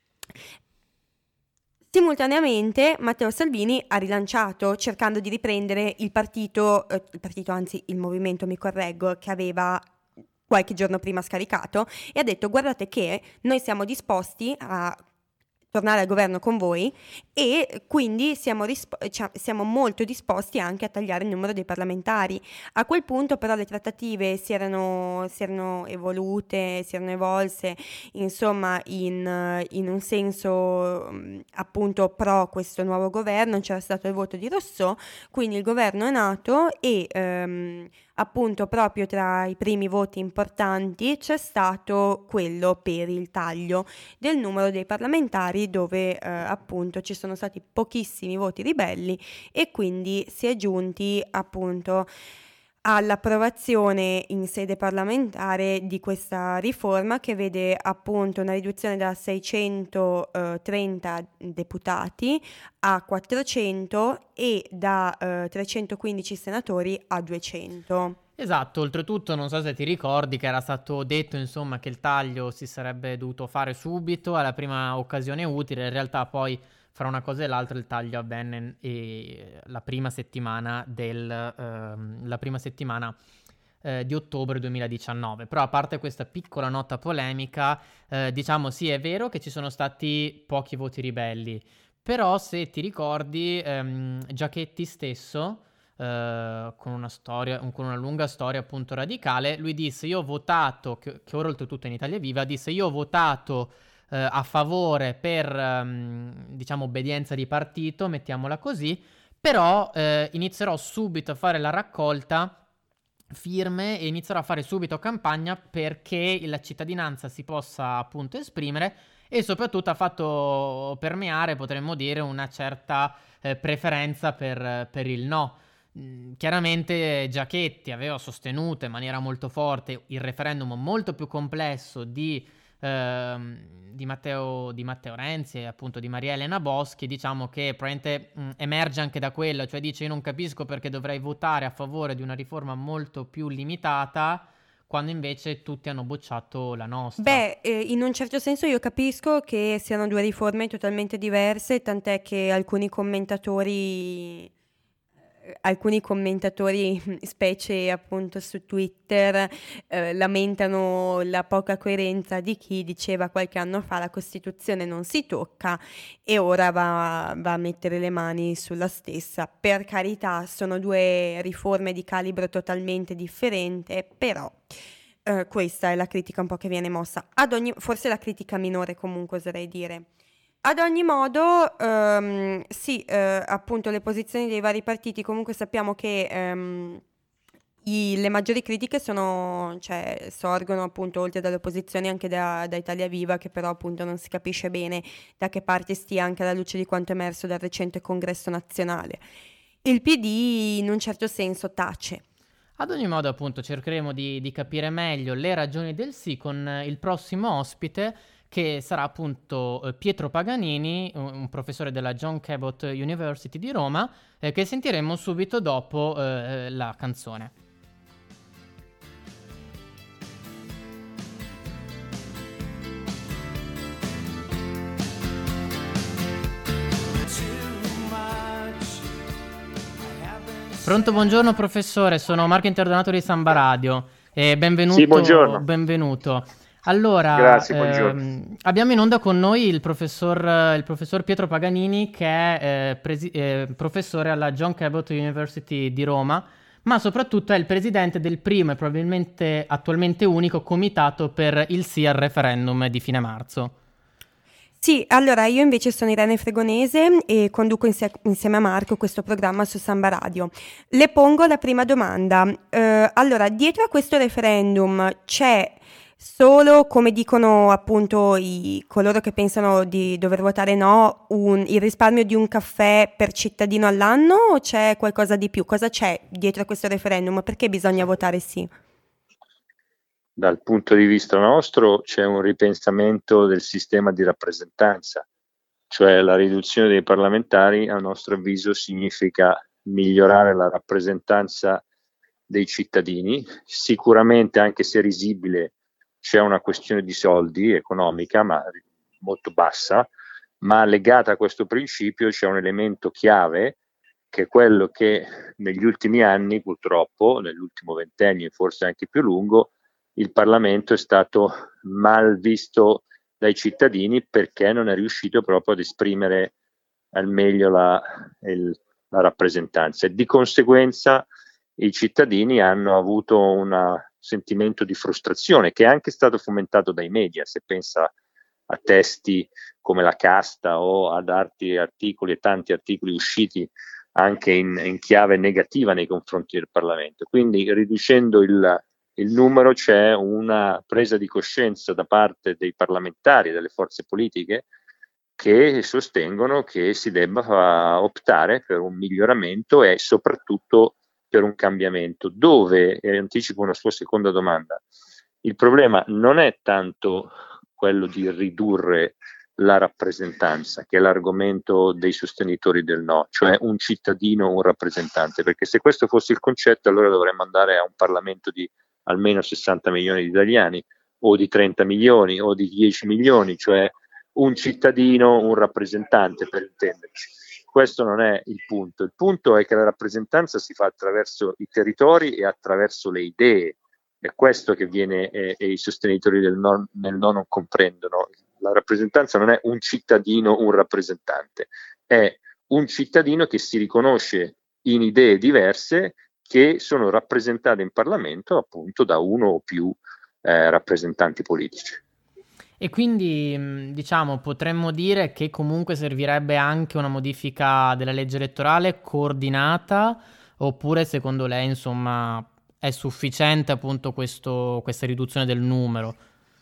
Simultaneamente Matteo Salvini ha rilanciato cercando di riprendere il partito, eh, il partito anzi il movimento, mi correggo, che aveva qualche giorno prima scaricato, e ha detto: guardate che noi siamo disposti a tornare al governo con voi e quindi siamo, rispo- cioè, siamo molto disposti anche a tagliare il numero dei parlamentari. A quel punto però le trattative si erano, si erano evolute, si erano evolse insomma in, in un senso mh, appunto pro questo nuovo governo. C'era stato il voto di Rousseau, quindi il governo è nato e ehm, appunto proprio tra i primi voti importanti c'è stato quello per il taglio del numero dei parlamentari, dove eh, appunto ci sono stati pochissimi voti ribelli e quindi si è giunti appunto all'approvazione in sede parlamentare di questa riforma che vede appunto una riduzione da seicentotrenta deputati a quattrocento e da eh, trecentoquindici senatori a duecento. Esatto, oltretutto non so se ti ricordi che era stato detto insomma che il taglio si sarebbe dovuto fare subito alla prima occasione utile, in realtà poi fra una cosa e l'altra il taglio avvenne eh, la prima settimana del ehm, la prima settimana eh, di ottobre duemiladiciannove. Però a parte questa piccola nota polemica, eh, diciamo sì, è vero che ci sono stati pochi voti ribelli, però se ti ricordi ehm, Giachetti stesso Uh, con una storia, con una lunga storia appunto radicale, lui disse: io ho votato, che, che ora oltretutto in Italia Viva, disse io ho votato uh, a favore per um, diciamo obbedienza di partito, mettiamola così, però uh, inizierò subito a fare la raccolta firme e inizierò a fare subito campagna perché la cittadinanza si possa appunto esprimere, e soprattutto ha fatto permeare, potremmo dire, una certa eh, preferenza per, per il no. Chiaramente Giachetti aveva sostenuto in maniera molto forte il referendum molto più complesso di, ehm, di, Matteo, di Matteo Renzi e appunto di Maria Elena Boschi. Diciamo che probabilmente mh, emerge anche da quello, cioè dice: io non capisco perché dovrei votare a favore di una riforma molto più limitata quando invece tutti hanno bocciato la nostra. Beh, eh, in un certo senso io capisco che siano due riforme totalmente diverse, tant'è che alcuni commentatori alcuni commentatori, specie appunto su Twitter, eh, lamentano la poca coerenza di chi diceva qualche anno fa la Costituzione non si tocca e ora va, va a mettere le mani sulla stessa. Per carità, sono due riforme di calibro totalmente differente, però eh, questa è la critica un po' che viene mossa. Ad ogni, forse la critica minore comunque oserei dire. Ad ogni modo, ehm, sì, eh, appunto le posizioni dei vari partiti, comunque sappiamo che ehm, i- le maggiori critiche sono, cioè, sorgono appunto oltre dalle opposizioni anche da, da Italia Viva, che però appunto non si capisce bene da che parte stia, anche alla luce di quanto emerso dal recente congresso nazionale. Il P D in un certo senso tace. Ad ogni modo, appunto, cercheremo di, di capire meglio le ragioni del sì con eh, il prossimo ospite, che sarà appunto eh, Pietro Paganini, un, un professore della John Cabot University di Roma, eh, che sentiremo subito dopo eh, la canzone. Pronto, buongiorno professore, sono Marco Interdonato di Samba Radio e benvenuto. Sì, buongiorno. Benvenuto. Allora, Grazie, buongiorno. ehm, abbiamo in onda con noi il professor, il professor Pietro Paganini, che è eh, presi- eh, professore alla John Cabot University di Roma, ma soprattutto è il presidente del primo e probabilmente attualmente unico comitato per il sì al referendum di fine marzo. Sì, allora io invece sono Irene Fregonese e conduco insie- insieme a Marco questo programma su Samba Radio. Le pongo la prima domanda. Eh, allora, dietro a questo referendum c'è solo, come dicono appunto i, coloro che pensano di dover votare no, un- il risparmio di un caffè per cittadino all'anno o c'è qualcosa di più? Cosa c'è dietro a questo referendum? Perché bisogna votare sì? Dal punto di vista nostro c'è un ripensamento del sistema di rappresentanza, cioè la riduzione dei parlamentari, a nostro avviso, significa migliorare la rappresentanza dei cittadini. Sicuramente, anche se risibile, c'è una questione di soldi economica, ma molto bassa, ma legata a questo principio c'è un elemento chiave, che è quello che negli ultimi anni, purtroppo, nell'ultimo ventennio, forse anche più lungo, il Parlamento è stato mal visto dai cittadini perché non è riuscito proprio ad esprimere al meglio la, il, la rappresentanza, e di conseguenza i cittadini hanno avuto un sentimento di frustrazione che è anche stato fomentato dai media. Se pensa a testi come La Casta o ad altri articoli e tanti articoli usciti anche in, in chiave negativa nei confronti del Parlamento. Quindi, riducendo il il numero, c'è una presa di coscienza da parte dei parlamentari e delle forze politiche che sostengono che si debba optare per un miglioramento e soprattutto per un cambiamento, dove, e anticipo una sua seconda domanda, il problema non è tanto quello di ridurre la rappresentanza, che è l'argomento dei sostenitori del no, cioè un cittadino, un rappresentante, perché se questo fosse il concetto allora dovremmo andare a un Parlamento di almeno sessanta milioni di italiani, o di trenta milioni, o di dieci milioni, cioè un cittadino, un rappresentante, per intenderci. Questo non è il punto. Il punto è che la rappresentanza si fa attraverso i territori e attraverso le idee. È questo che viene e, e i sostenitori del no, nel no non comprendono. La rappresentanza non è un cittadino, un rappresentante, è un cittadino che si riconosce in idee diverse che sono rappresentate in Parlamento appunto da uno o più eh, rappresentanti politici. E quindi, diciamo, potremmo dire che comunque servirebbe anche una modifica della legge elettorale coordinata, oppure secondo lei, insomma, è sufficiente appunto questo, questa riduzione del numero?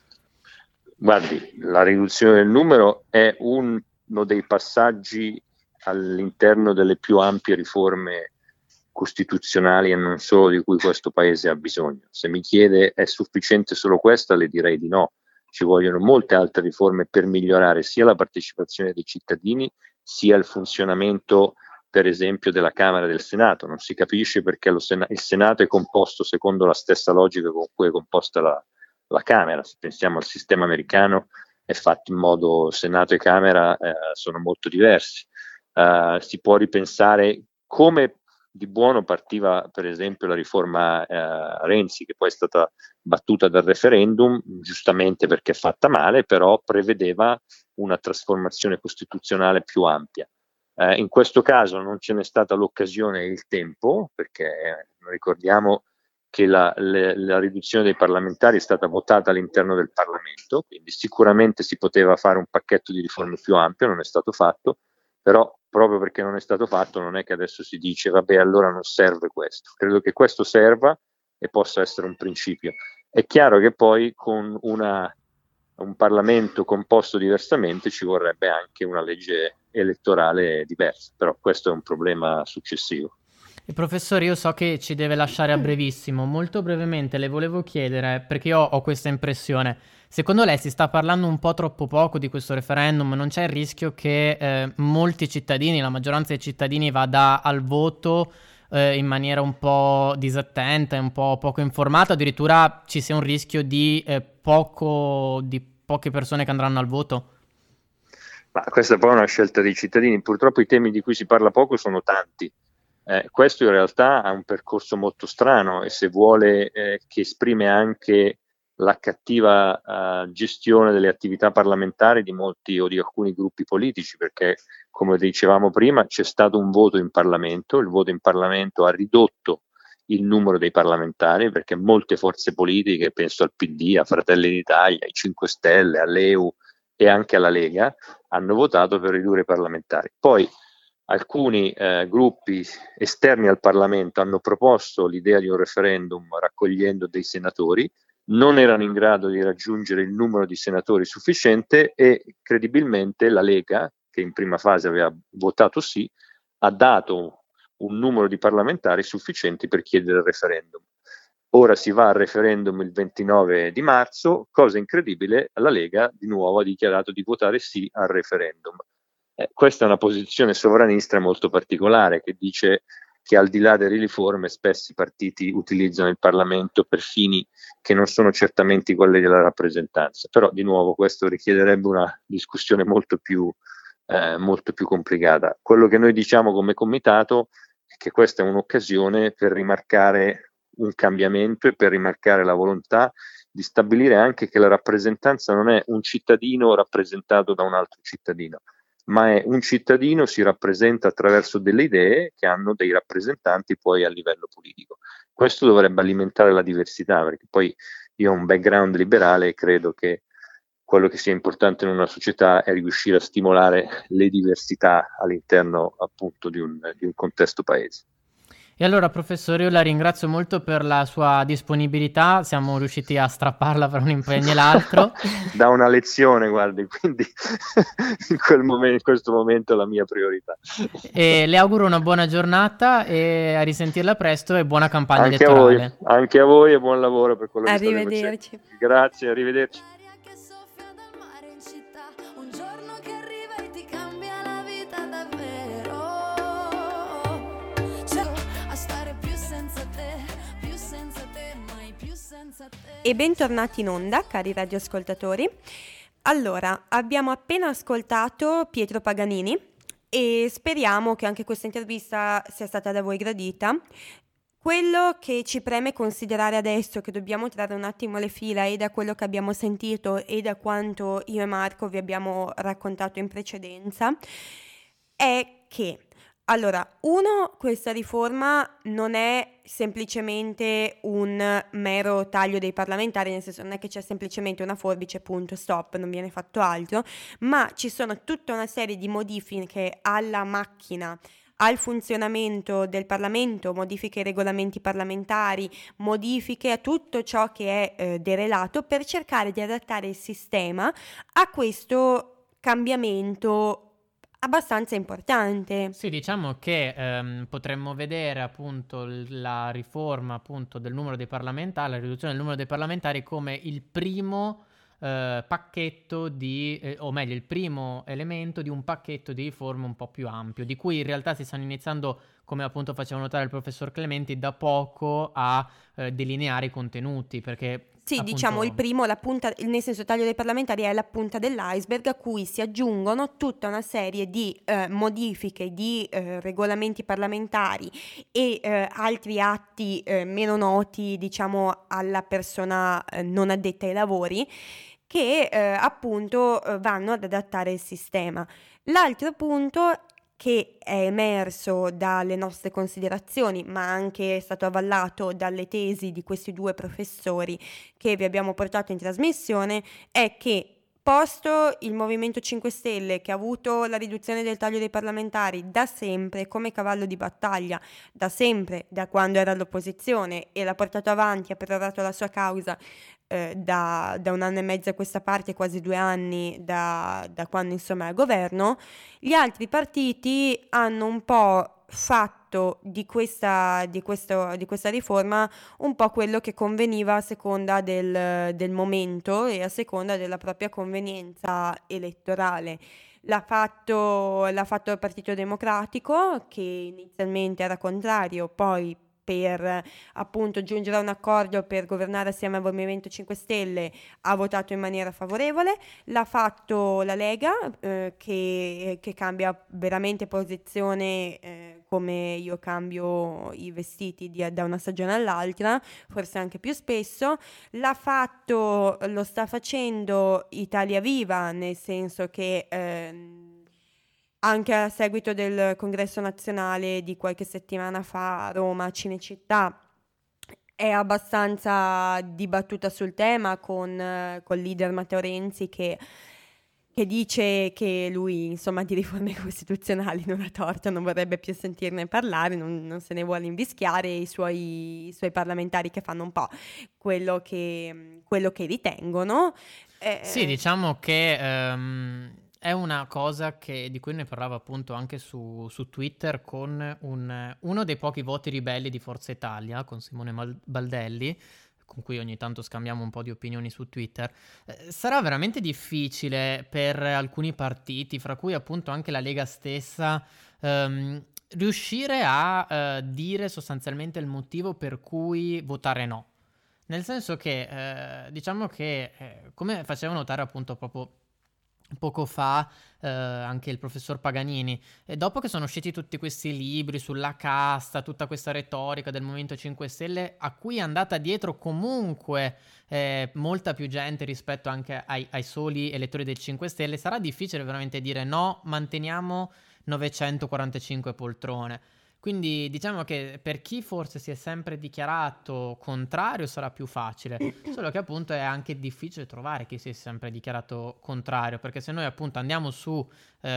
Guardi, la riduzione del numero è uno dei passaggi all'interno delle più ampie riforme costituzionali e non solo di cui questo paese ha bisogno. Se mi chiede è sufficiente solo questa, le direi di no. Ci vogliono molte altre riforme per migliorare sia la partecipazione dei cittadini, sia il funzionamento, per esempio, della Camera e del Senato. Non si capisce perché lo Sena- il Senato è composto secondo la stessa logica con cui è composta la, la Camera. Se pensiamo al sistema americano, è fatto in modo Senato e Camera eh, sono molto diversi. Uh, si può ripensare come di buono partiva per esempio la riforma eh, Renzi, che poi è stata battuta dal referendum, giustamente perché è fatta male, però prevedeva una trasformazione costituzionale più ampia. Eh, in questo caso non ce n'è stata l'occasione e il tempo, perché eh, ricordiamo che la, le, la riduzione dei parlamentari è stata votata all'interno del Parlamento, quindi sicuramente si poteva fare un pacchetto di riforme più ampio, non è stato fatto, però proprio perché non è stato fatto non è che adesso si dice vabbè allora non serve questo. Credo che questo serva e possa essere un principio. È chiaro che poi con una, un Parlamento composto diversamente ci vorrebbe anche una legge elettorale diversa, però questo è un problema successivo. E professore, io so che ci deve lasciare a brevissimo, molto brevemente le volevo chiedere, perché io ho questa impressione, secondo lei si sta parlando un po' troppo poco di questo referendum? Non c'è il rischio che eh, molti cittadini, la maggioranza dei cittadini vada al voto eh, in maniera un po' disattenta e un po' poco informata, addirittura ci sia un rischio di, eh, poco, di poche persone che andranno al voto? Ma questa è poi una scelta dei cittadini, purtroppo i temi di cui si parla poco sono tanti. Eh, questo in realtà ha un percorso molto strano e se vuole eh, che esprime anche la cattiva uh, gestione delle attività parlamentari di molti o di alcuni gruppi politici, perché come dicevamo prima c'è stato un voto in Parlamento, il voto in Parlamento ha ridotto il numero dei parlamentari perché molte forze politiche, penso al P D, a Fratelli d'Italia, ai cinque Stelle, all'E U, e anche alla Lega hanno votato per ridurre i parlamentari. Poi alcuni eh, gruppi esterni al Parlamento hanno proposto l'idea di un referendum raccogliendo dei senatori, non erano in grado di raggiungere il numero di senatori sufficiente e credibilmente la Lega, che in prima fase aveva votato sì, ha dato un numero di parlamentari sufficienti per chiedere il referendum. Ora si va al referendum il ventinove di marzo, cosa incredibile, la Lega di nuovo ha dichiarato di votare sì al referendum. Eh, questa è una posizione sovranista molto particolare che dice che al di là delle riforme spesso i partiti utilizzano il Parlamento per fini che non sono certamente quelli della rappresentanza, però di nuovo questo richiederebbe una discussione molto più, eh, molto più complicata. Quello che noi diciamo come comitato è che questa è un'occasione per rimarcare un cambiamento e per rimarcare la volontà di stabilire anche che la rappresentanza non è un cittadino rappresentato da un altro cittadino, ma è un cittadino si rappresenta attraverso delle idee che hanno dei rappresentanti poi a livello politico. Questo dovrebbe alimentare la diversità, perché poi io ho un background liberale e credo che quello che sia importante in una società è riuscire a stimolare le diversità all'interno appunto di un, di un contesto paese. E allora, professore, io la ringrazio molto per la sua disponibilità, siamo riusciti a strapparla fra un impegno e l'altro. Da una lezione, guardi, quindi in, quel momento, in questo momento è la mia priorità. E le auguro una buona giornata e a risentirla presto e buona campagna anche elettorale. A voi, anche a voi e buon lavoro per quello che Arrivederci. state facendo. Grazie, arrivederci. E bentornati in onda, cari radioascoltatori. Allora, abbiamo appena ascoltato Pietro Paganini e speriamo che anche questa intervista sia stata da voi gradita. Quello che ci preme considerare adesso, che dobbiamo trarre un attimo le fila e da quello che abbiamo sentito e da quanto io e Marco vi abbiamo raccontato in precedenza, è che allora, uno, questa riforma non è semplicemente un mero taglio dei parlamentari, nel senso non è che c'è semplicemente una forbice, punto, stop, non viene fatto altro, ma ci sono tutta una serie di modifiche alla macchina, al funzionamento del Parlamento, modifiche ai regolamenti parlamentari, modifiche a tutto ciò che è eh, derelato per cercare di adattare il sistema a questo cambiamento abbastanza importante. Sì, diciamo che ehm, potremmo vedere appunto la riforma appunto del numero dei parlamentari, la riduzione del numero dei parlamentari come il primo eh, pacchetto di, eh, o meglio il primo elemento di un pacchetto di riforme un po' più ampio, di cui in realtà si stanno iniziando, come appunto faceva notare il professor Clementi, da poco a eh, delineare i contenuti, perché sì, appunto... diciamo il primo, la punta, nel senso il taglio dei parlamentari è la punta dell'iceberg a cui si aggiungono tutta una serie di eh, modifiche di eh, regolamenti parlamentari e eh, altri atti eh, meno noti, diciamo, alla persona eh, non addetta ai lavori, che eh, appunto eh, vanno ad adattare il sistema. L'altro punto che è emerso dalle nostre considerazioni, ma anche è stato avallato dalle tesi di questi due professori che vi abbiamo portato in trasmissione, è che posto il Movimento cinque Stelle, che ha avuto la riduzione del taglio dei parlamentari da sempre come cavallo di battaglia, da sempre, da quando era all'opposizione, e l'ha portato avanti, ha perorato la sua causa eh, da, da un anno e mezzo a questa parte, quasi due anni da, da quando insomma è al governo, gli altri partiti hanno un po' fatto di questa, di questo, di questa riforma un po' quello che conveniva a seconda del, del momento e a seconda della propria convenienza elettorale. L'ha fatto, l'ha fatto il Partito Democratico, che inizialmente era contrario, poi per appunto giungere a un accordo per governare assieme al Movimento cinque Stelle ha votato in maniera favorevole. L'ha fatto la Lega eh, che, che cambia veramente posizione eh, come io cambio i vestiti di, da una stagione all'altra, forse anche più spesso. L'ha fatto, lo sta facendo Italia Viva, nel senso che eh, anche a seguito del congresso nazionale di qualche settimana fa a Roma, Cinecittà, è abbastanza dibattuta sul tema con, con il leader Matteo Renzi che, che dice che lui, insomma, di riforme costituzionali non ha torto, non vorrebbe più sentirne parlare, non, non se ne vuole invischiare, i suoi, i suoi parlamentari che fanno un po' quello che, quello che ritengono. Eh, Sì, diciamo che ehm, è una cosa che, di cui ne parlavo appunto anche su, su Twitter con un- uno dei pochi voti ribelli di Forza Italia, con Simone Mal- Baldelli, con cui ogni tanto scambiamo un po' di opinioni su Twitter. Eh, sarà veramente difficile per alcuni partiti, fra cui appunto anche la Lega stessa, ehm, riuscire a eh, dire sostanzialmente il motivo per cui votare no. Nel senso che, eh, diciamo che, eh, come faceva notare appunto proprio poco fa eh, anche il professor Paganini, e dopo che sono usciti tutti questi libri sulla casta, tutta questa retorica del Movimento cinque Stelle, a cui è andata dietro comunque eh, molta più gente rispetto anche ai, ai soli elettori del cinque Stelle, sarà difficile veramente dire no, manteniamo novecentoquarantacinque poltrone. Quindi diciamo che per chi forse si è sempre dichiarato contrario sarà più facile, solo che appunto è anche difficile trovare chi si è sempre dichiarato contrario, perché se noi appunto andiamo su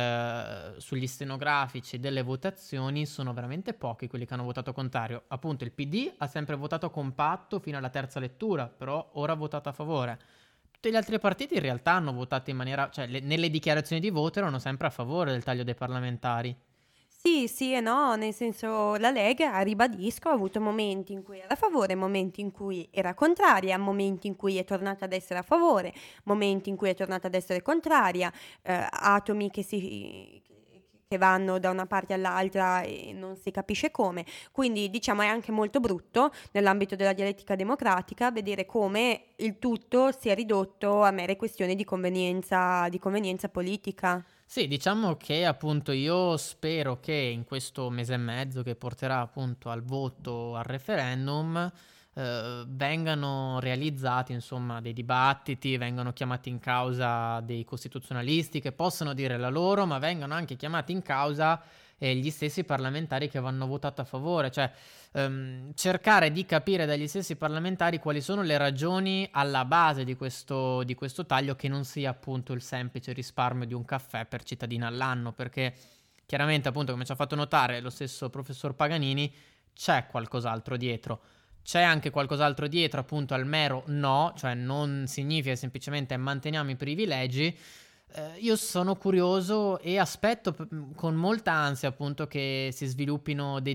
eh, sugli stenografici delle votazioni sono veramente pochi quelli che hanno votato contrario. Appunto il P D ha sempre votato compatto fino alla terza lettura, però ora ha votato a favore. Tutti gli altri partiti in realtà hanno votato in maniera, cioè le- nelle dichiarazioni di voto erano sempre a favore del taglio dei parlamentari. Sì, sì e no, nel senso la Lega, ribadisco, ha avuto momenti in cui era a favore, momenti in cui era contraria, momenti in cui è tornata ad essere a favore, momenti in cui è tornata ad essere contraria, eh, atomi che si che vanno da una parte all'altra e non si capisce come. Quindi diciamo è anche molto brutto nell'ambito della dialettica democratica vedere come il tutto sia ridotto a mere questioni di convenienza, di convenienza politica. Sì, diciamo che appunto io spero che in questo mese e mezzo che porterà appunto al voto al referendum eh, vengano realizzati insomma dei dibattiti, vengano chiamati in causa dei costituzionalisti che possono dire la loro, ma vengano anche chiamati in causa eh, gli stessi parlamentari che vanno votato a favore, cioè ehm, cercare di capire dagli stessi parlamentari quali sono le ragioni alla base di questo, di questo taglio, che non sia appunto il semplice risparmio di un caffè per cittadino all'anno, perché chiaramente appunto come ci ha fatto notare lo stesso professor Paganini c'è qualcos'altro dietro. C'è anche qualcos'altro dietro appunto al mero no, cioè non significa semplicemente manteniamo i privilegi. Eh, io sono curioso e aspetto p- con molta ansia appunto che si sviluppino dei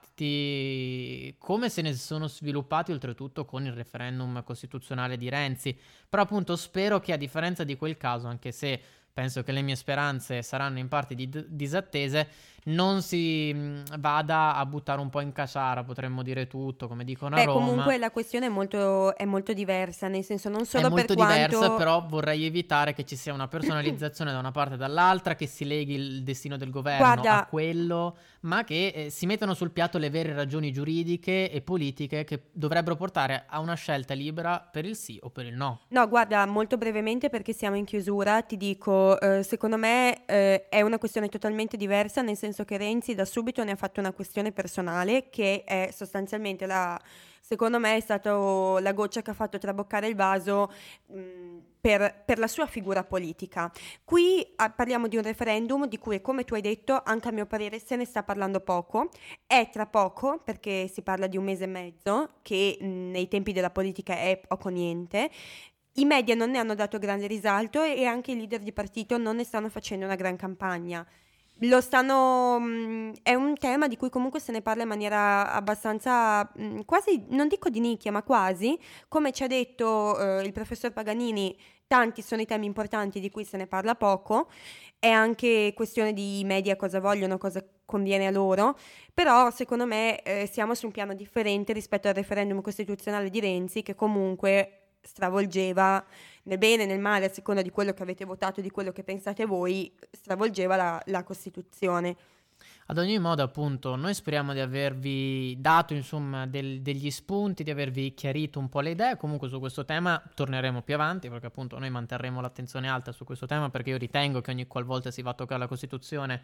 dibattiti come se ne sono sviluppati oltretutto con il referendum costituzionale di Renzi, però appunto spero che a differenza di quel caso, anche se penso che le mie speranze saranno in parte di- disattese, non si mh, vada a buttare un po' in caciara, potremmo dire tutto, come dicono a Beh, Roma. comunque la questione è molto, è molto diversa, nel senso non È solo molto per diversa, quanto... però vorrei evitare che ci sia una personalizzazione da una parte e dall'altra, che si leghi il destino del governo Guarda- a quello, ma che eh, si mettano sul piatto le vere ragioni giuridiche e politiche che dovrebbero portare a una scelta libera per il sì o per il no. No, guarda, molto brevemente perché siamo in chiusura, ti dico, eh, secondo me eh, è una questione totalmente diversa, nel senso che Renzi da subito ne ha fatto una questione personale che è sostanzialmente la, secondo me è stato la goccia che ha fatto traboccare il vaso mh, per, per la sua figura politica. Qui ah, parliamo di un referendum di cui, come tu hai detto, anche a mio parere se ne sta parlando poco, è tra poco perché si parla di un mese e mezzo, che mh, nei tempi della politica è poco niente. I media non ne hanno dato grande risalto e anche i leader di partito non ne stanno facendo una gran campagna. Lo stanno, mh, è un tema di cui comunque se ne parla in maniera abbastanza, mh, quasi, non dico di nicchia, ma quasi. Come ci ha detto eh, il professor Paganini, tanti sono i temi importanti di cui se ne parla poco. È anche questione di media cosa vogliono, cosa conviene a loro. Però secondo me eh, siamo su un piano differente rispetto al referendum costituzionale di Renzi, che comunque stravolgeva, nel bene e nel male, a seconda di quello che avete votato e di quello che pensate voi, stravolgeva la, la Costituzione. Ad ogni modo, appunto, noi speriamo di avervi dato, insomma, del- degli spunti, di avervi chiarito un po' le idee. Comunque su questo tema torneremo più avanti, perché appunto noi manterremo l'attenzione alta su questo tema, perché io ritengo che ogni qualvolta si va a toccare la Costituzione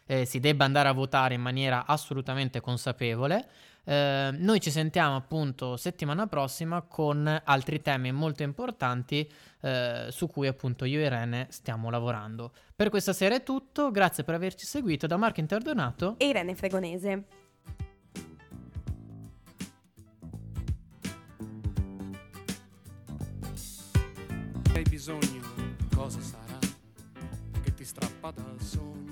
eh, si debba andare a votare in maniera assolutamente consapevole. Eh, noi ci sentiamo appunto settimana prossima con altri temi molto importanti eh, su cui appunto io e Irene stiamo lavorando. Per questa sera è tutto, grazie per averci seguito. Da Marco Interdonato e Irene Fregonese. Hai bisogno, cosa sarà che ti strappa dal sogno?